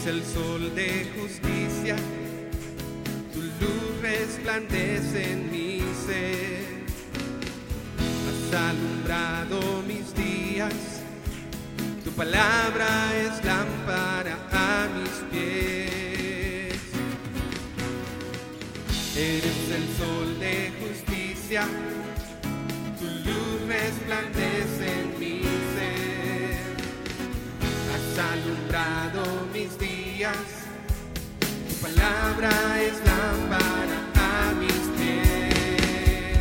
Eres el sol de justicia, tu luz resplandece en mi ser. Has alumbrado mis días, tu palabra es lámpara a mis pies. Eres el sol de justicia, tu luz resplandece en mi ser. Has alumbrado mis días, tu palabra es lámpara a mis pies.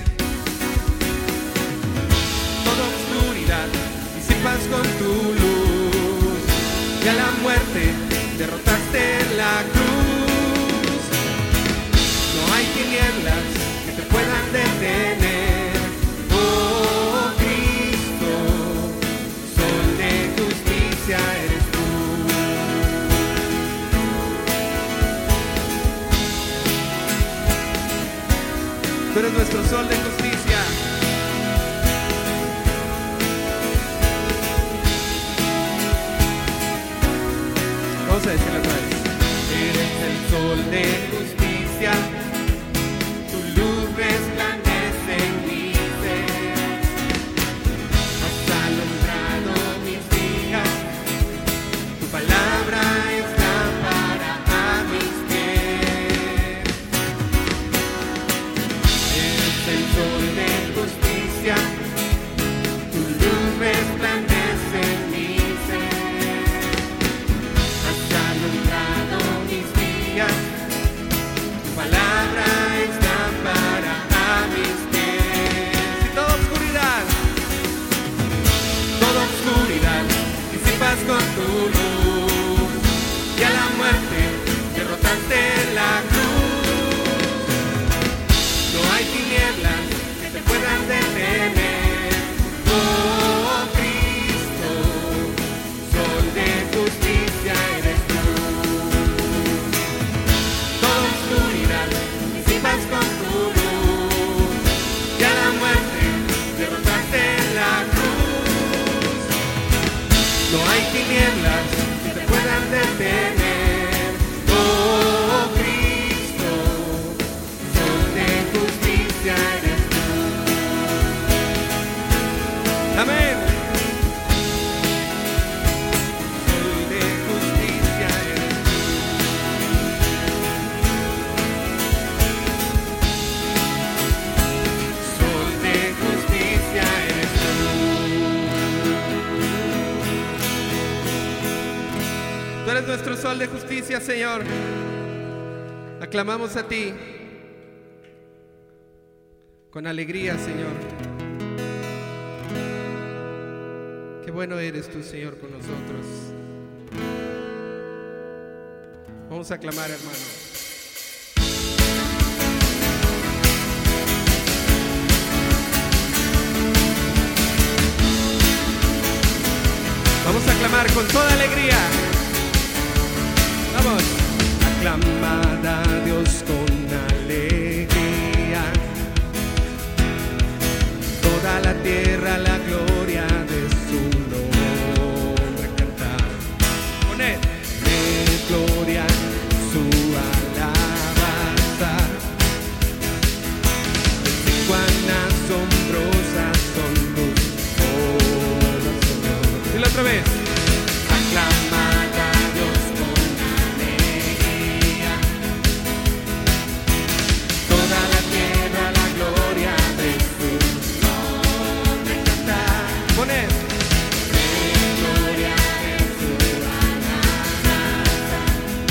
Toda oscuridad disipas con tu luz, y a la muerte derrotaste en la cruz. No hay tinieblas que te puedan detener, oh Cristo, sol de justicia eres tú. Tú eres nuestro sol de justicia. Vamos a decirlo otra vez. Eres el sol de justicia, tu luz resplandece en mi ser. Has alumbrado mis días, tu palabra es lámpara a mis pies. Eres el sol de justicia, tu luz resplandece en mi ser. Has alumbrado mis días, tu palabra es lámpara a mis pies. Y toda oscuridad disipas con tu luz, y a la muerte derrotaste en la cruz. No hay tinieblas que te puedan detener, oh Cristo, sol de justicia eres tú. Toda oscuridad disipas con tu luz, y a la muerte derrotaste en la cruz. No hay tinieblas que te puedan detener, oh Cristo, sol de justicia eres tú. Amén. Sol de justicia eres tú. Sol de justicia eres tú. Tú eres nuestro sol de justicia, Señor. Aclamamos a ti con alegría, Señor. Qué bueno eres tú, Señor, con nosotros. Vamos a aclamar, hermano. Vamos a aclamar con toda alegría. Vamos. Aclamad a Dios con alegría, toda la tierra la gloria de su nombre cantar. Poned de gloria su alabanza, y cuán asombrosas son tus obras, Señor. Dilo otra vez. Aclamad a Dios con alegría, toda la tierra la gloria de su nombre cantar. Poned de gloria de su alabanza,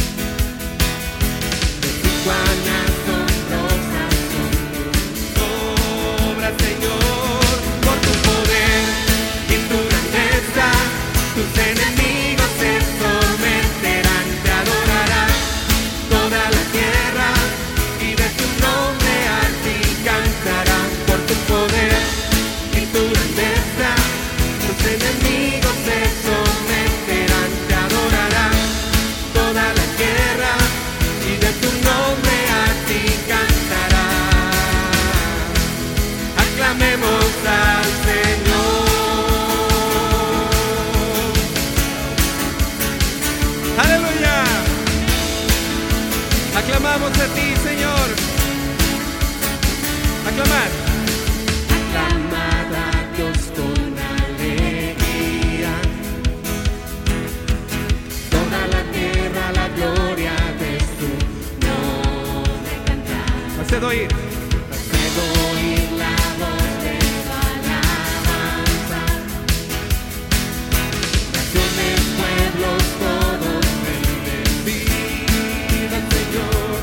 y cuán asombrosas son tus obras, Señor. Por tu poder y tu grandeza, tus enemigos se someterán, te adorarán toda la tierra, y de tu nombre a ti cantarán. Por tu poder y tu grandeza, tus enemigos se someterán, te adorarán toda la tierra, y de tu nombre a ti cantarán. Aclamemos al Señor. ¡Aleluya! Aclamamos a ti, Señor. Aclamar. Aclamad a Dios con alegría. Toda la tierra la gloria de su nombre cantar. Haced oír. Haced oír la voz de su alabanza. Naciones, pueblos, todos bendecid al Señor.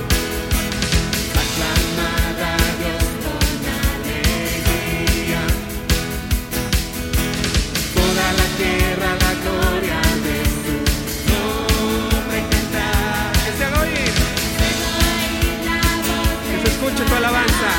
Aclamad a Dios con alegría. Toda la tierra la gloria de su nombre cantar. Que se haga oír. Que se escuche tu alabanza.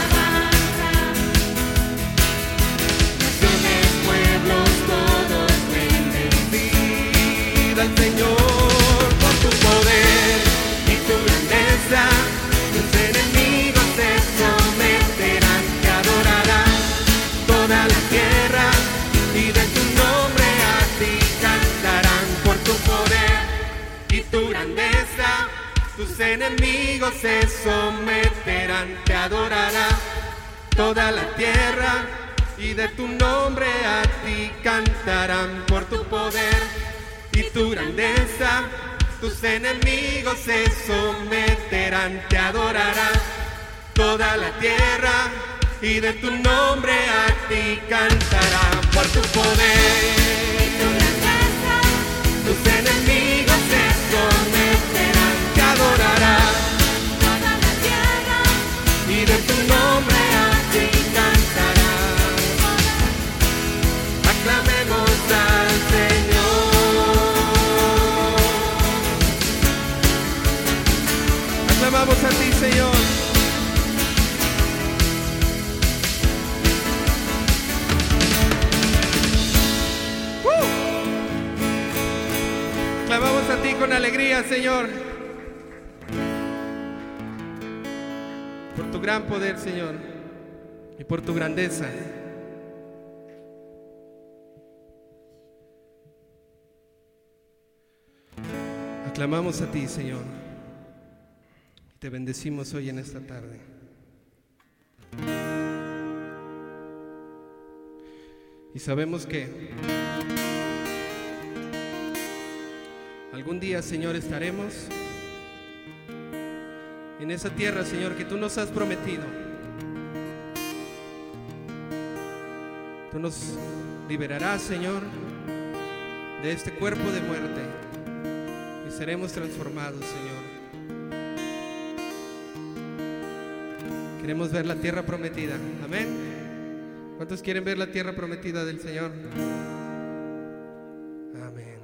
Naciones, pueblos, todos bendecid al Señor por tu poder y tu grandeza. Tus enemigos se someterán, te adorarán toda la tierra y de tu nombre a ti cantarán por tu poder y tu grandeza. Tus enemigos se someterán, te adorarán toda la tierra y de tu nombre a ti cantarán por tu poder y tu grandeza. Tus enemigos se someterán, te adorarán toda la tierra y de tu nombre a ti cantarán por tu poder y tu grandeza. Tus enemigos se someterán, te adorarán toda la tierra y de tu nombre a ti cantarán. Aclamemos al Señor. Aclamamos a ti, Señor. Aclamamos a ti con alegría, Señor. Por tu gran poder, Señor, y por tu grandeza. Aclamamos a ti, Señor. Te bendecimos hoy en esta tarde. Y sabemos que algún día, Señor, estaremos en esa tierra, Señor, que tú nos has prometido. Tú nos liberarás, Señor, de este cuerpo de muerte y seremos transformados, Señor. Queremos ver la tierra prometida. Amén. ¿Cuántos quieren ver la tierra prometida del Señor? Amén.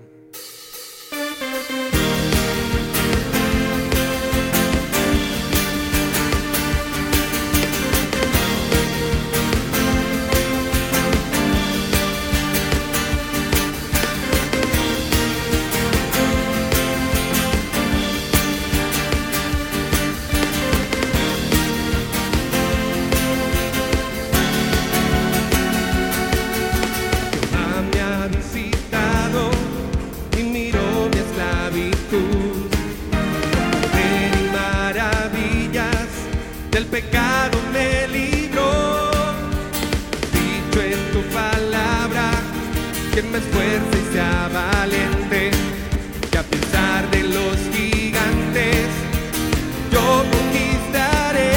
Del pecado me libró, dicho en tu palabra, que me esfuerce y sea valiente, que a pesar de los gigantes, yo conquistaré,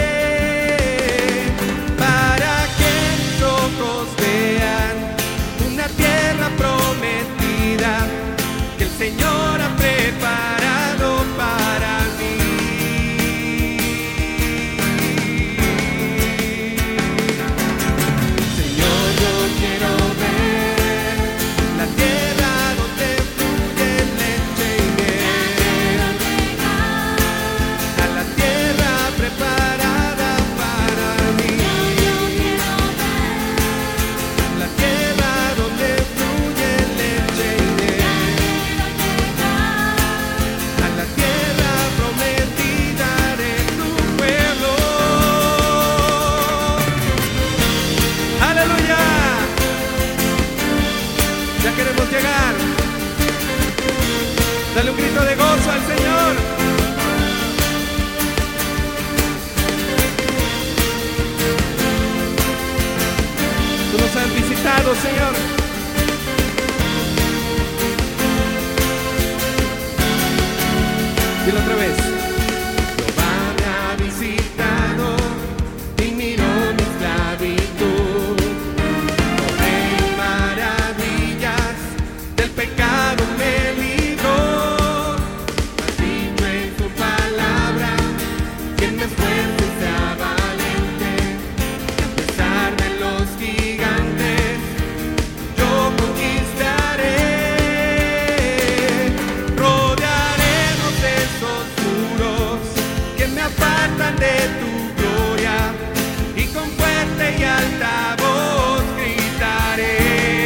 para que mis ojos vean una tierra prometida, que el Señor ha preparado para mí. Dale un grito de gozo al Señor. Tú nos has visitado, Señor. Dilo otra vez. Jehová me ha visitado y miró mi esclavitud. Obra y maravillas del pecado me libró. Has dicho en su palabra que me esfuerce y sea valiente. Que a pesar de los gigantes yo conquistaré. Rodearemos esos muros que me apartan de tu gloria y con fuerte y alta voz gritaré.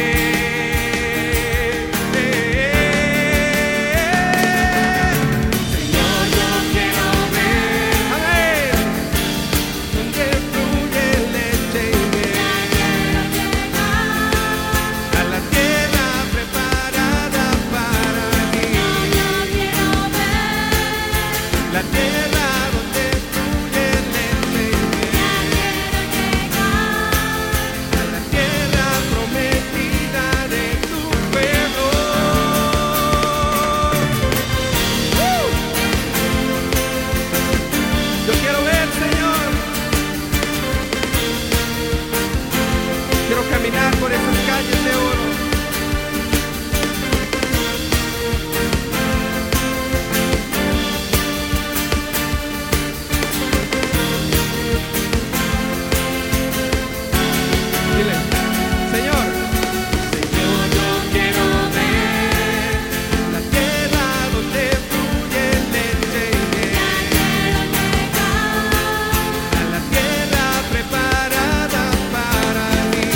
Señor, yo quiero ver, a ver, donde fluye leche y miel, a la tierra preparada para ti. La tierra donde fluye leche y miel, a la tierra prometida de tu pueblo. Yo quiero ver, Señor. Quiero caminar por esas calles de oro. Dile, Señor, Señor, yo quiero ver la tierra donde fluye leche y miel, a la tierra preparada para ti.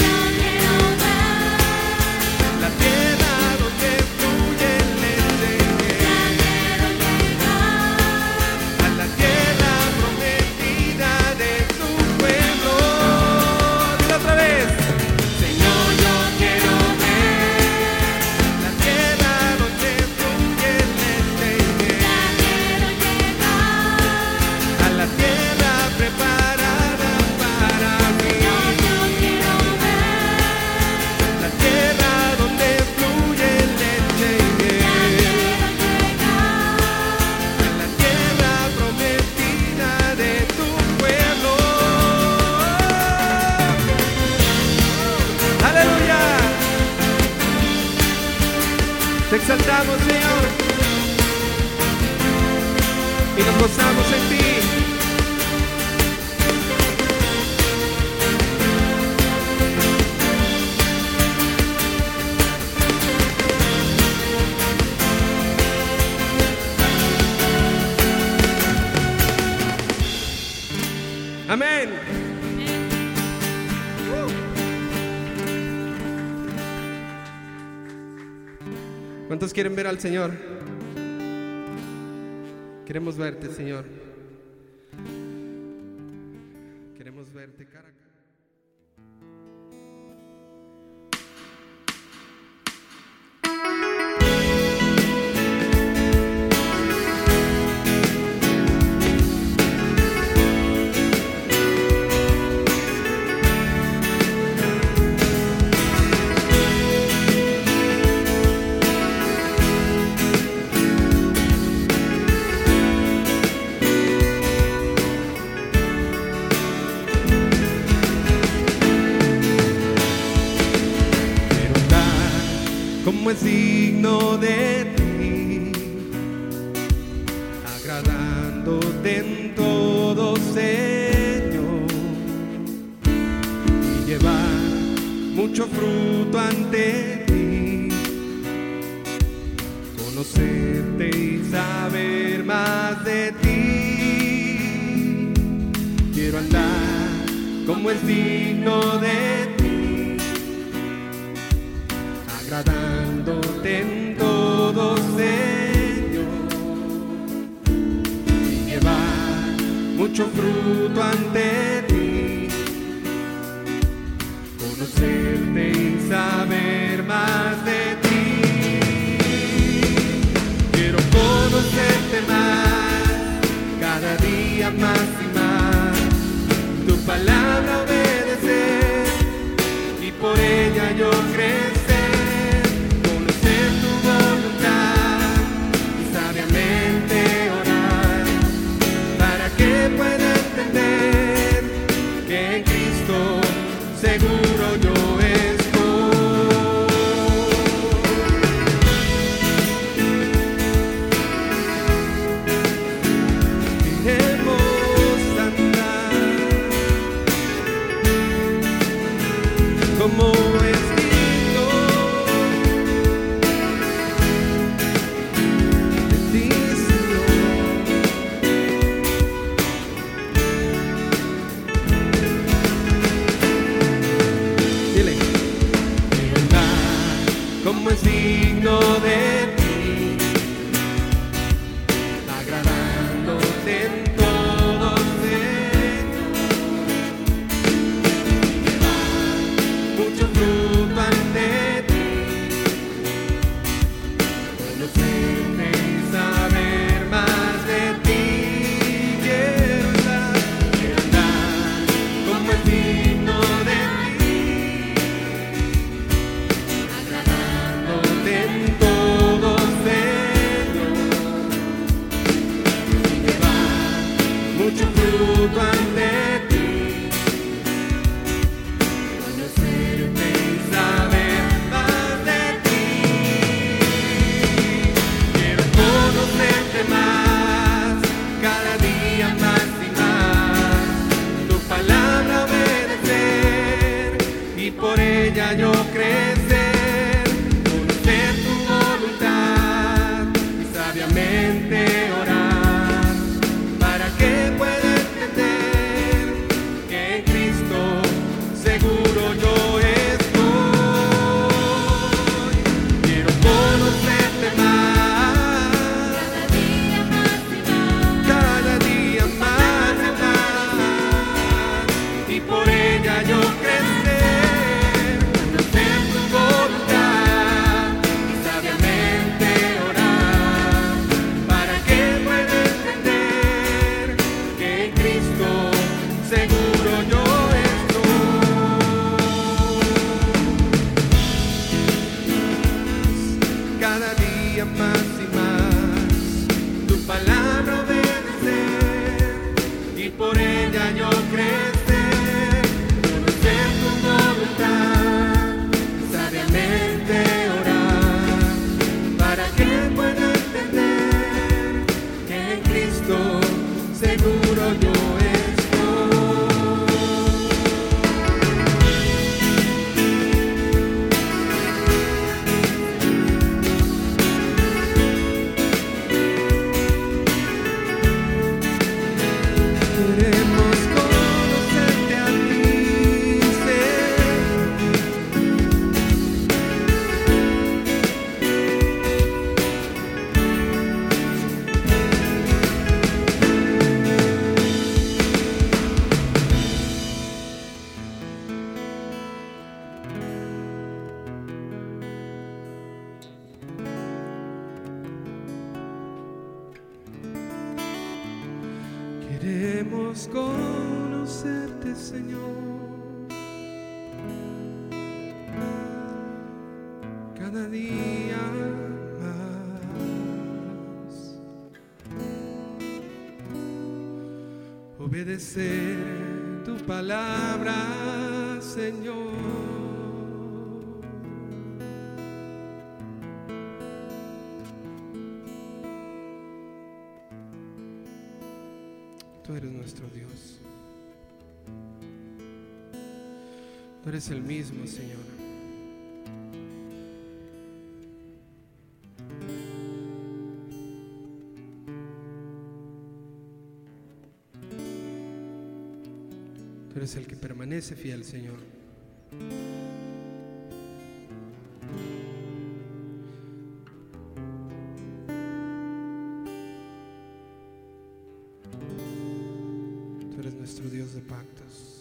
La tierra donde fluye leche y miel, a la tierra prometida de tu pueblo. Dilo otra vez. Señor, yo quiero ver la tierra donde fluye leche y miel, a la tierra preparada para mí. La tierra donde fluye leche y miel, a la tierra prometida de tu pueblo. Aleluya. Te exaltamos, Señor, y nos gozamos en ti. Amén. ¿Cuántos quieren ver al Señor? Queremos verte, Señor. Queremos verte cara a cara. Como es digno de ti, agradándote en todo, Señor, y llevar mucho fruto ante ti, conocerte y saber más de ti. Quiero andar como es digno de ti, agradándote en todo, Señor, y llevar mucho fruto ante ti, conocerte y saber más de ti. Quiero conocerte más, cada día más y más, tu palabra obedecer, yo crecer, conocer tu voluntad y sabiamente orar, para que pueda entender que en Cristo seguro yo como es digno de ti, Señor. Dile, quiero andar como es digno de ti, agradándote en todo, Señor. Mucho fruto ante ti, conocerte y saber más de ti. Quiero andar como es digno de ti, agradándote en todo, Señor. Llevar mucho fruto ante ti, conocerte y saber más de ti. Quiero conocerte más, cada día más y más, tu palabra obedecer y por ella yo crecer, conocer tu voluntad y sabiamente orar, para que pueda entender que en Cristo seguro yo estoy. Quiero conocerte más, cada día más y más, y por ella yo crecer, conocer tu voluntad y sabiamente orar, para que pueda entender que en Cristo seguro yo cada día más y más, tu palabra obedecer y por ella yo crecer, conocer tu voluntad, sabiamente orar, para que pueda entender que en Cristo seguro yo queremos conocerte a ti, queremos conocerte, Señor, cada día más, obedecer tu palabra, Señor. Tú eres nuestro Dios. Tú eres el mismo, Señor. Tú eres el que permanece fiel, Señor. Tú eres nuestro Dios de pactos.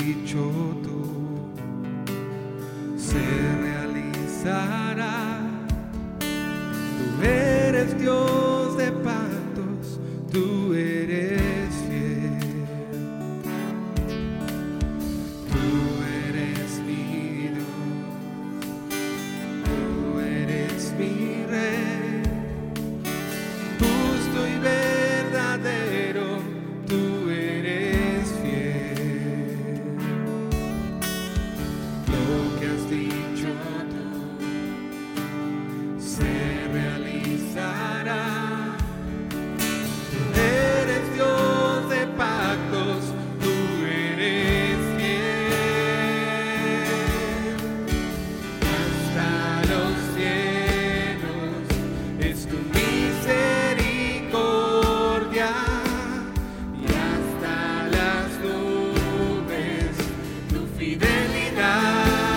dicho tú se realizará. Tú eres Dios de pactos, tú eres fiel. Tú eres mi Dios, tú eres mi Rey, justo y verdadero, tú eres fiel. Lo que has dicho tú se realizará. Tú eres Dios de pactos, tú eres fiel. Hasta los cielos es tu misericordia, y hasta las nubes tu fidelidad.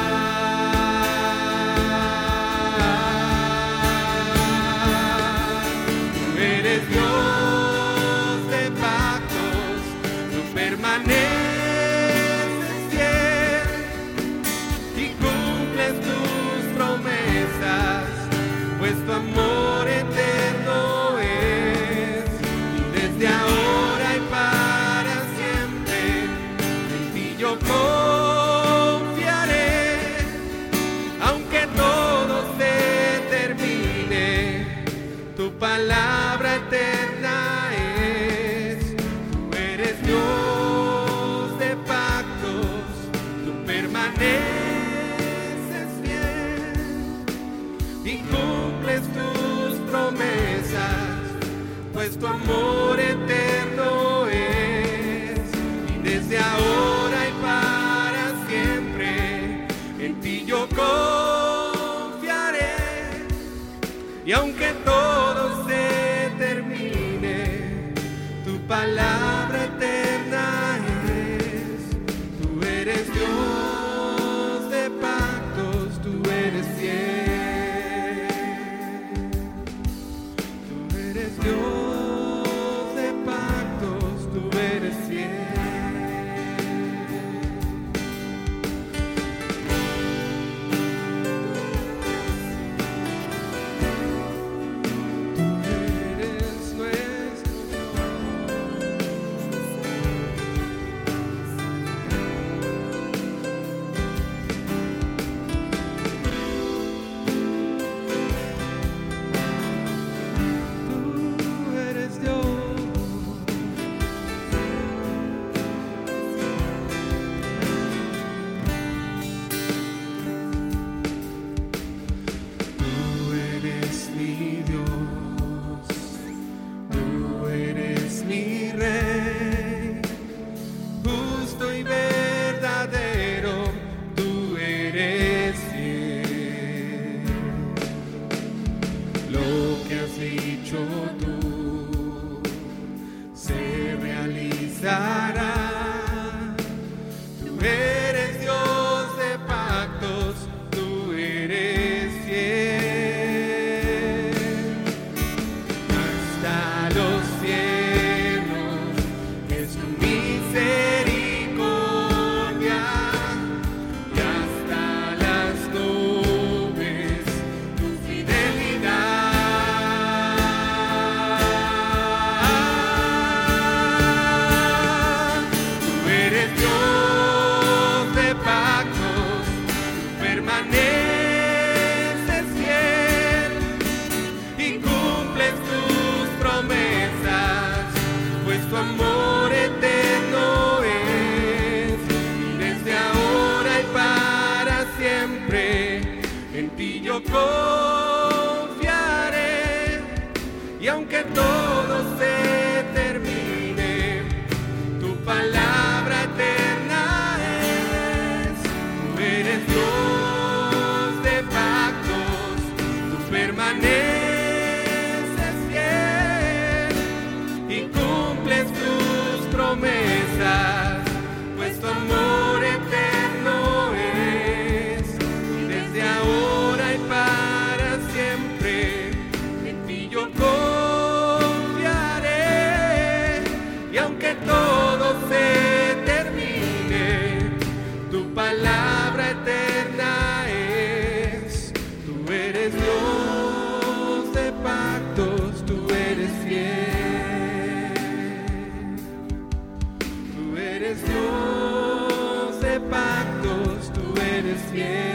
Tú eres Dios de pactos, tú permaneces fiel y cumples tus promesas, pues tu amor eterno es. Y desde ahora y para siempre en ti yo confiaré, aunque todo se termine, tu palabra eterna es. Tú eres Dios de pactos, tú permaneces fiel y cumples tus promesas, pues tu amor eterno es. Y desde ahora y para siempre en ti yo confiaré, y aunque todo se termine, tu palabra eterna es. Tú eres Dios de pactos, tú eres fiel. Tú eres Dios de pactos, tú eres fiel. Tú eres nuestro Tú eres Dios. Tú eres mi Dios, tú eres mi Rey, justo y verdadero, tú eres fiel. Lo que has dicho tú se realizará. Tú eres Dios de pactos, tú eres fiel. Hasta los cielos es tu misericordia, y hasta las nubes tu fidelidad. Tú eres Dios de pactos, tú permaneces fiel y cumples tus promesas, pues tu amor eterno es. Y desde ahora y para siempre en ti yo confiaré, y aunque todo se termine, tu palabra eterna es. Tú eres Dios de pactos, tú permaneces fiel y cumples tus promesas, pues tu amor eterno es. Y desde ahora y para siempre en ti yo confiaré, y aunque todo se termine, eres Dios de pactos, tú eres fiel.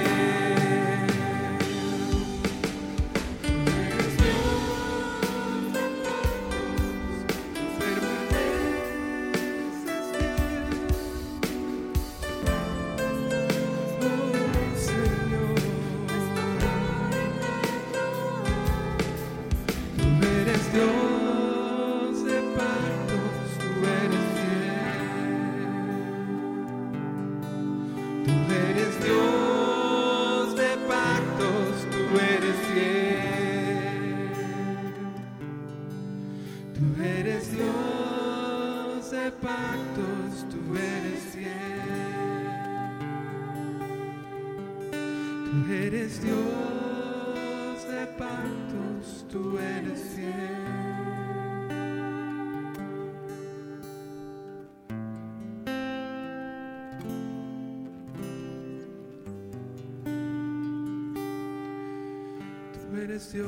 Eres Dios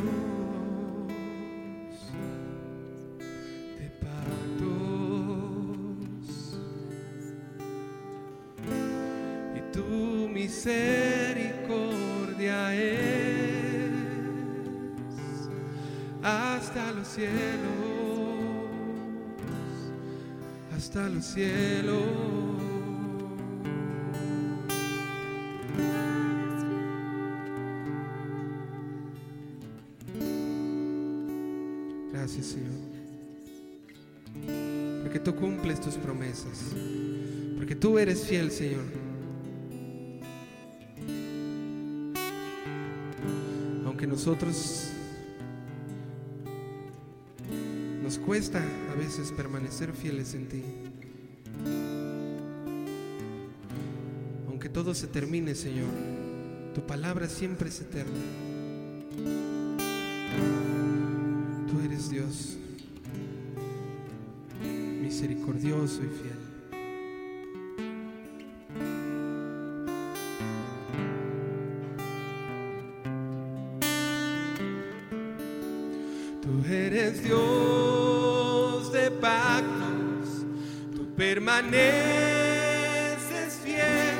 de pactos y tu misericordia es hasta los cielos, hasta los cielos. Gracias, Señor, porque tú cumples tus promesas, porque tú eres fiel, Señor. Aunque nosotros nos cuesta a veces permanecer fieles en ti, aunque todo se termine, Señor, tu palabra siempre es eterna. Tú eres Dios misericordioso y fiel. Tú eres Dios de pactos, tú permaneces fiel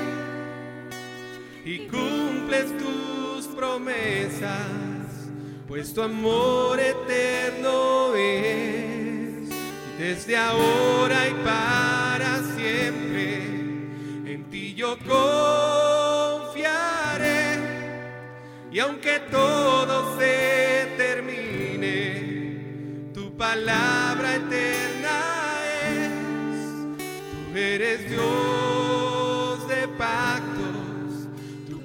y cumples tus promesas, pues tu amor eterno es, y desde ahora y para siempre en ti yo confiaré, y aunque todo se termine, tu palabra eterna es. Tú eres Dios de pactos, tú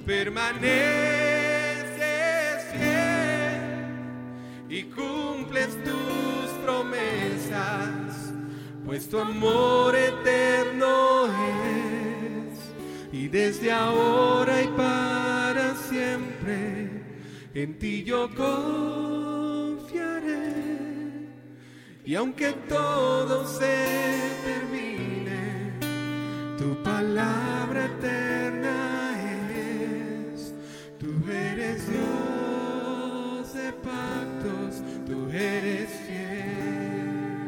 permaneces fiel y cumples tus promesas, pues tu amor eterno es, y desde ahora y para siempre en ti yo confiaré, y aunque todo se termine, tu palabra eterna es. Tú eres Dios de pactos, tú eres fiel.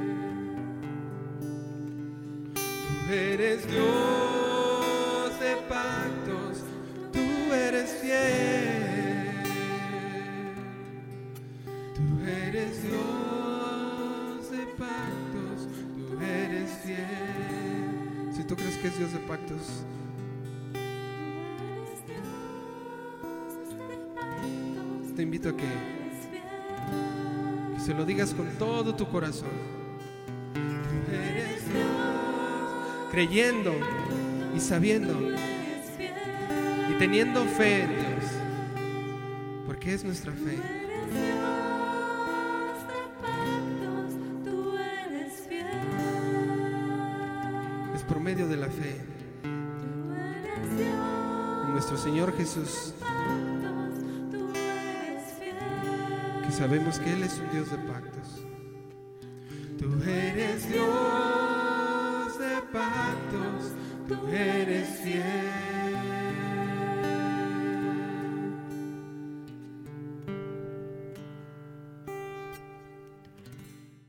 Tú eres Dios de pactos, tú eres fiel. Tú eres Dios de pactos, tú eres fiel. Si tú crees que es Dios de pactos, te invito a que se lo digas con todo tu corazón. Tú eres Dios, creyendo y sabiendo y teniendo fe en Dios, porque es nuestra fe. Es por medio de la fe en nuestro Señor Jesús que sabemos que Él es un Dios de pactos. Tú eres Dios de pactos, tú eres fiel.